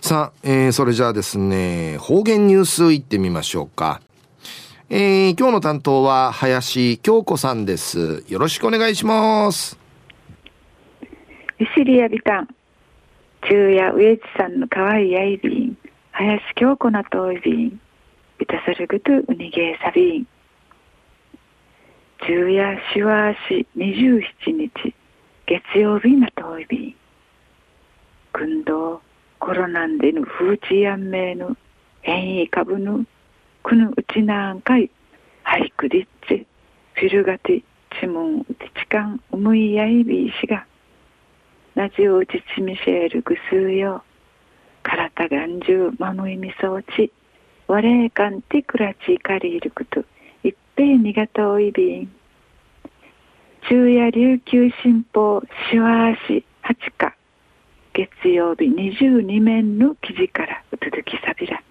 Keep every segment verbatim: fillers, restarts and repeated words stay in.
さあ、えー、それじゃあですね、方言ニュースいってみましょうか。えー、今日の担当は林京子さんです。よろしくお願いします。 ゆしりやびたん中夜上地さんのかわいいあいびん林京子なといびんビタサルグトゥウニゲーサビン中夜しわあしにじゅうしちにち月曜日なといびん軍道コロナンでぬ風知やんめいぬ変異株ぬくぬうちなんかいハイクリッチフィルガティチモンウテチカンウムイヤイビーシがラジオウチチミシェールグスーヨカラタガンジュマムイミソーチワレーカンティクラチカリールクト一平ニガトイビン中夜琉球新報シワーシはちか月曜日にじゅうにめんの記事からうつづきさびら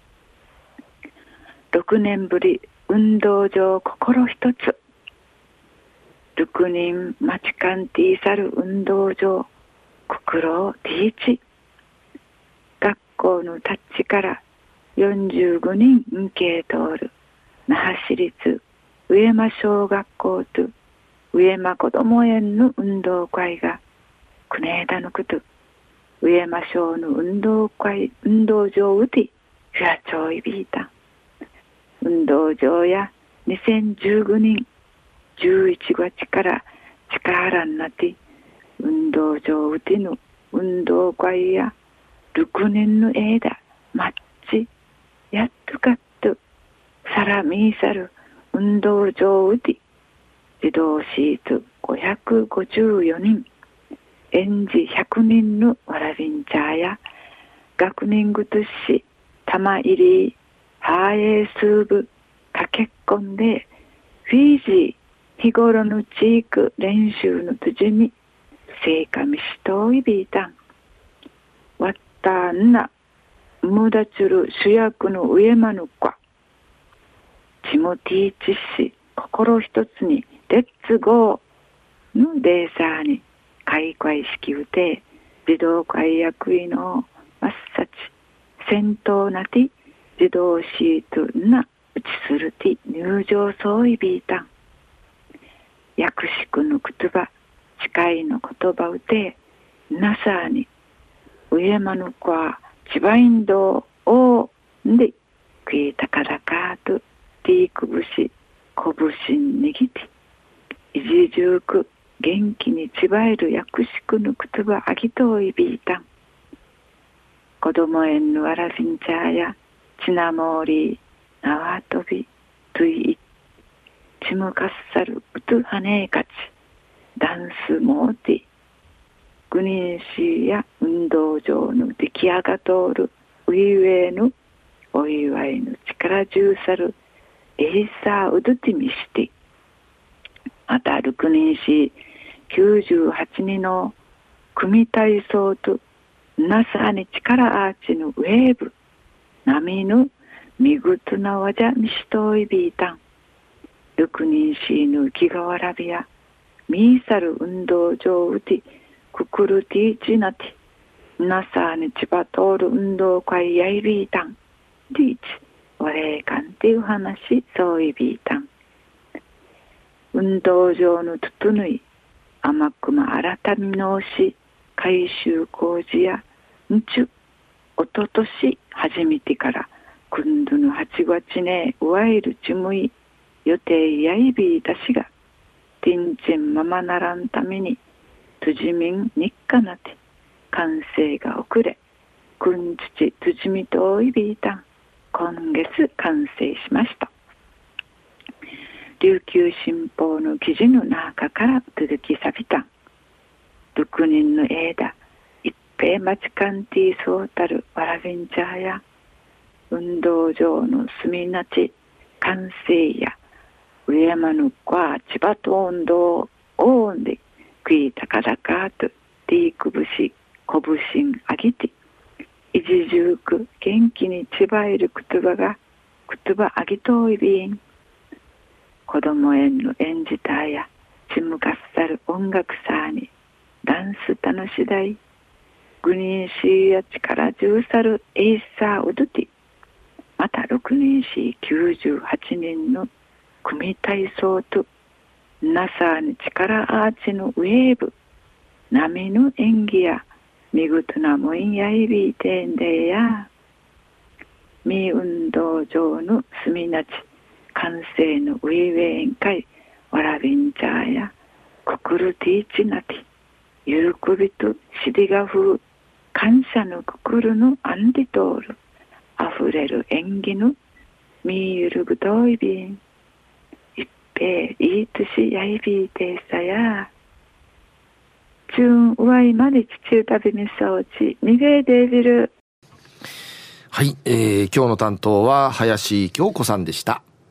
ろくねんぶり運動場心一つろくにんマチカンティーサル運動場ククローティーチ学校のタッチからよんじゅうごにん運慶通る那覇市立上間小学校と上間子ども園の運動会がくねえだのこと上間小の運動会運動場うてフュアチョイビータ運動場やにせんじゅうごねんじゅういちがつから力になって運動場うての運動会やろくねんの間マッチやっとかっとさらみーさる運動場うて児童シートごひゃくごじゅうよにん園児ひゃくにんのわらびんちゃーや学年ぐとし玉入りハーエースー部駆け込んでフィージー日頃のチーク練習のとじみ成果見しといびいたんわったんなむだちる主役の上間の子チモティーチ氏心一つにレッツゴーのデーサーに開会式うて児童会役員のマッサチ先頭なて児童シートなうちするて入場そういびいたん訳しくの言葉誓いの言葉うてなさに上間の子は千葉インドをで食いたからかとティークブシこぶしんにぎていじじゅうく元気にちばえる訳しくの言葉あぎといびいたん子ども園のわらびんちゃーやちなもり縄跳びといちむかっさるうとはねえかちダンスモーティグニンシーや運動場の出来上がとおるウイウェイのお祝いの力中さるエイサーウドティミシティまたルクニンシーきゅうじゅうはちにんの組体操となさに力アーチのウェーブ波の見事なわじゃみしといびいたんルクニンシーの木がわらびやミーサル運動場うてククルティーチナティナサーにちばとおる運動会やいびいたんディーチお礼かんっていう話そういびいたん運動場のととぬい甘くま改み直し改修工事やんちゅおととし始めてから今度のはちがつねうわいるちむい予定やいびいたしがてんちんままならんためにとじみん日課なて完成が遅れくんちちとじみといびいたん今月完成しました琉球新報の記事の中から続きさびたんろくにんの枝一平町カンティーソータルわらびんちゃーや運動場の住みなち完成や上山の子は千葉と運動オーンで食いたからかとティークブシこぶしんあげていじじゅうく元気にちばえる言葉が言葉あげといびん子ども園の園児たやちむかっさる音楽さにダンス楽しだいグニンシーや力十サルエイサーウドティ、また六人しきゅうじゅうはちにんの組体操とナサーに力アーチのウェーブ波の演技や見事なもんやいびいてんでやみ運動場のすみなち完成のウィーウェイン会わらびんちゃーやくくるティーチなき喜びとしりがふう感謝のくくるのアンディトールあふれる演技のみゆるぐどいびんいっぺいいいとしやいびいてさやチューンうわいまで地中旅みそうちにげいデビル。 はい、えー、今日の担当は林京子さんでした。